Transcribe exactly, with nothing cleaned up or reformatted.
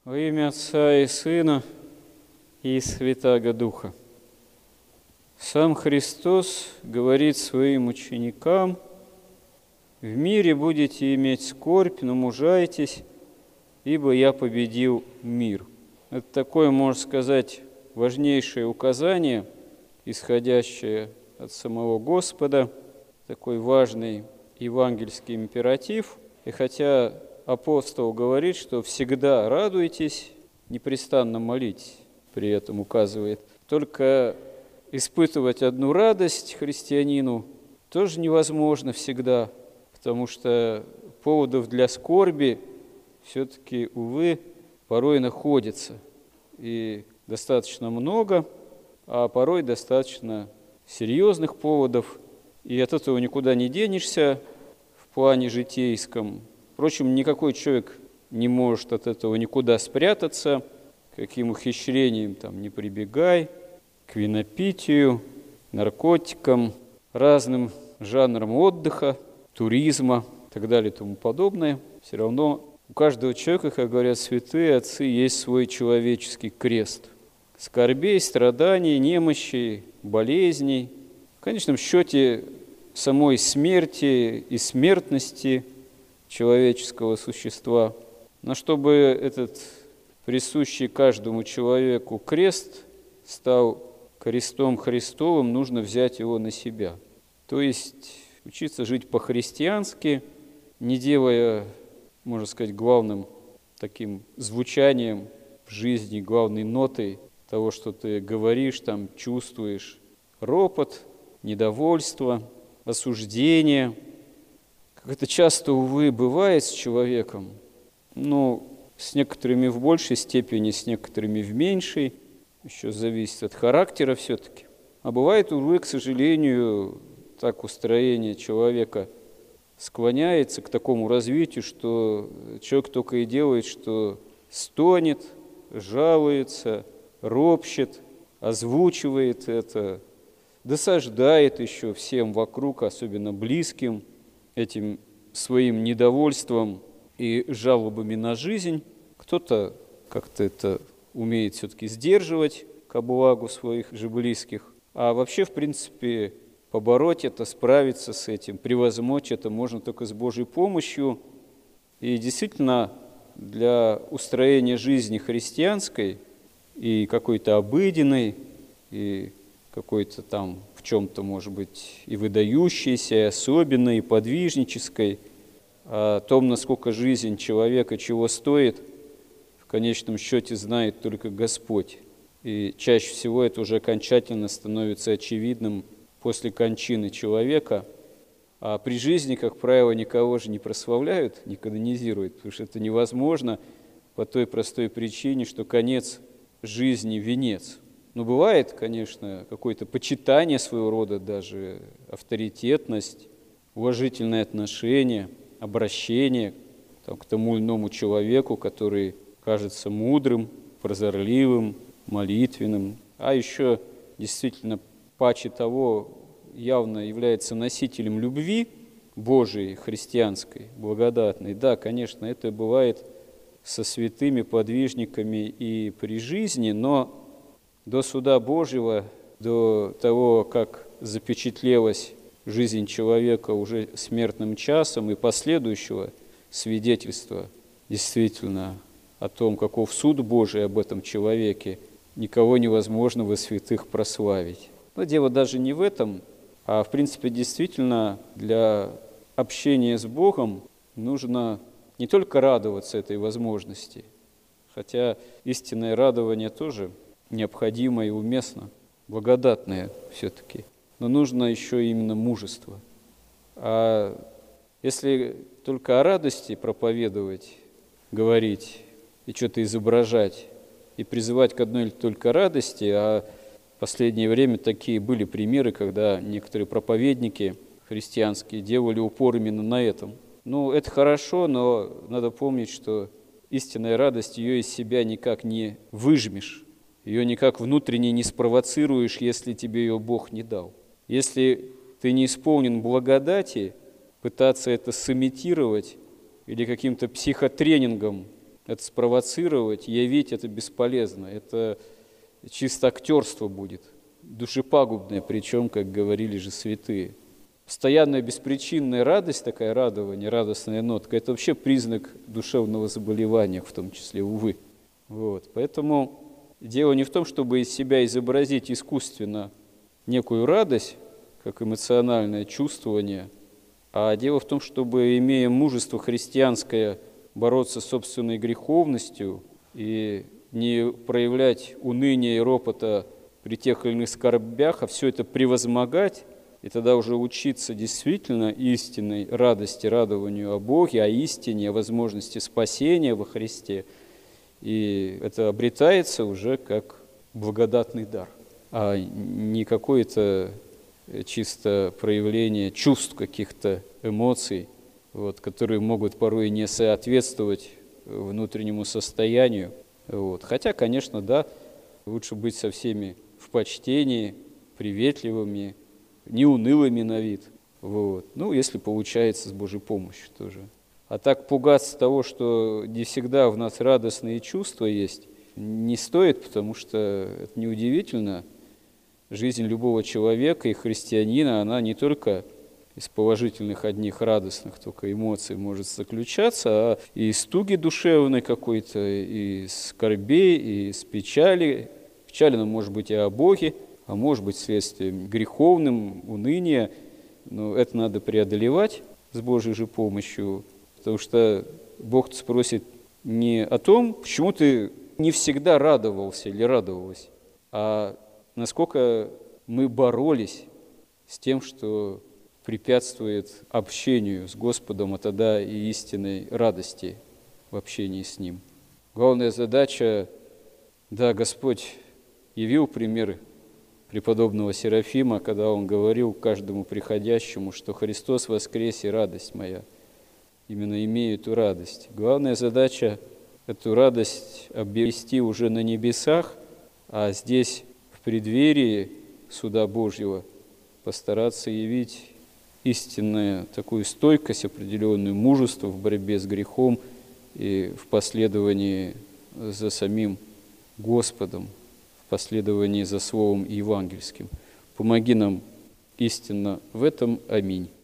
Во имя Отца и Сына и Святаго Духа. Сам Христос говорит своим ученикам: «В мире будете иметь скорбь, но мужайтесь, ибо я победил мир». Это такое, можно сказать, важнейшее указание, исходящее от самого Господа, такой важный евангельский императив. И хотя апостол говорит, что всегда радуйтесь, непрестанно молитесь, при этом указывает, только испытывать одну радость христианину тоже невозможно всегда, потому что поводов для скорби все-таки, увы, порой находится. И достаточно много, а порой достаточно серьезных поводов, и от этого никуда не денешься в плане житейском. Впрочем, никакой человек не может от этого никуда спрятаться, каким ухищрением там не прибегай, к винопитию, наркотикам, разным жанрам отдыха, туризма и так далее и тому подобное. Все равно у каждого человека, как говорят святые отцы, есть свой человеческий крест. Скорбей, страданий, немощей, болезней. В конечном счете, самой смерти и смертности человеческого существа. Но чтобы этот присущий каждому человеку крест стал крестом Христовым, нужно взять его на себя. То есть учиться жить по-христиански, не делая, можно сказать, главным таким звучанием в жизни, главной нотой того, что ты говоришь, там, чувствуешь, ропот, недовольство, осуждение. Как это часто, увы, бывает с человеком, ну, с некоторыми в большей степени, с некоторыми в меньшей, еще зависит от характера все-таки. А бывает, увы, к сожалению, так устроение человека склоняется к такому развитию, что человек только и делает, что стонет, жалуется, ропщет, озвучивает это, досаждает еще всем вокруг, особенно близким, этим своим недовольством и жалобами на жизнь. Кто-то как-то это умеет все-таки сдерживать ко благу своих же близких. А вообще, в принципе, побороть это, справиться с этим, превозмочь это можно только с Божьей помощью. И действительно, для устроения жизни христианской и какой-то обыденной, и какой-то там в чем-то, может быть, и выдающейся, и особенной, и подвижнической, о том, насколько жизнь человека чего стоит, в конечном счете знает только Господь. И чаще всего это уже окончательно становится очевидным после кончины человека. А при жизни, как правило, никого же не прославляют, не канонизируют, потому что это невозможно по той простой причине, что конец жизни – венец. Но бывает, конечно, какое-то почитание своего рода, даже авторитетность, уважительное отношение, обращение там, к тому или иному человеку, который кажется мудрым, прозорливым, молитвенным, а еще действительно паче того явно является носителем любви Божией, христианской, благодатной. Да, конечно, это бывает со святыми подвижниками и при жизни, но до суда Божьего, до того, как запечатлелась жизнь человека уже смертным часом и последующего свидетельства действительно о том, каков суд Божий об этом человеке, никого невозможно во святых прославить. Но дело даже не в этом, а в принципе действительно для общения с Богом нужно не только радоваться этой возможности, хотя истинное радование тоже необходимо и уместно, благодатное все-таки, но нужно еще именно мужество. А если только о радости проповедовать, говорить и что-то изображать, и призывать к одной только радости, а в последнее время такие были примеры, когда некоторые проповедники христианские делали упор именно на этом. Ну, это хорошо, но надо помнить, что истинная радость, ее из себя никак не выжмешь, ее никак внутренне не спровоцируешь, если тебе ее Бог не дал. Если ты не исполнен благодати, пытаться это сымитировать или каким-то психотренингом это спровоцировать, явить это бесполезно. Это чисто актерство будет, душепагубное, причем, как говорили же святые. Постоянная беспричинная радость, такая радование, радостная нотка, это вообще признак душевного заболевания, в том числе, увы. Вот. Поэтому дело не в том, чтобы из себя изобразить искусственно некую радость, как эмоциональное чувствование, а дело в том, чтобы, имея мужество христианское, бороться с собственной греховностью и не проявлять уныния и ропота при тех или иных скорбях, а все это превозмогать, и тогда уже учиться действительно истинной радости, радованию о Боге, о истине, о возможности спасения во Христе. И это обретается уже как благодатный дар, а не какое-то чисто проявление чувств, каких-то эмоций, вот, которые могут порой не соответствовать внутреннему состоянию. Вот. Хотя, конечно, да, лучше быть со всеми в почтении, приветливыми, не унылыми на вид. Вот. Ну, если получается с Божьей помощью тоже. А так пугаться того, что не всегда в нас радостные чувства есть, не стоит, потому что это неудивительно. Жизнь любого человека и христианина, она не только из положительных одних радостных только эмоций может заключаться, а и из туги душевной какой-то, и из скорбей, и из печали. Печаль, она может быть и о Боге, а может быть следствием греховным, уныния. Но это надо преодолевать с Божьей же помощью, потому что Бог спросит не о том, почему ты не всегда радовался или радовалась, а насколько мы боролись с тем, что препятствует общению с Господом, а тогда и истинной радости в общении с Ним. Главная задача, да, Господь явил пример преподобного Серафима, когда он говорил каждому приходящему, что Христос воскресе, радость моя. Именно имею эту радость. Главная задача – эту радость обрести уже на небесах, а здесь, в преддверии суда Божьего, постараться явить истинную такую стойкость, определенную мужество в борьбе с грехом и в последовании за самим Господом, в последовании за Словом Евангельским. Помоги нам истинно в этом. Аминь.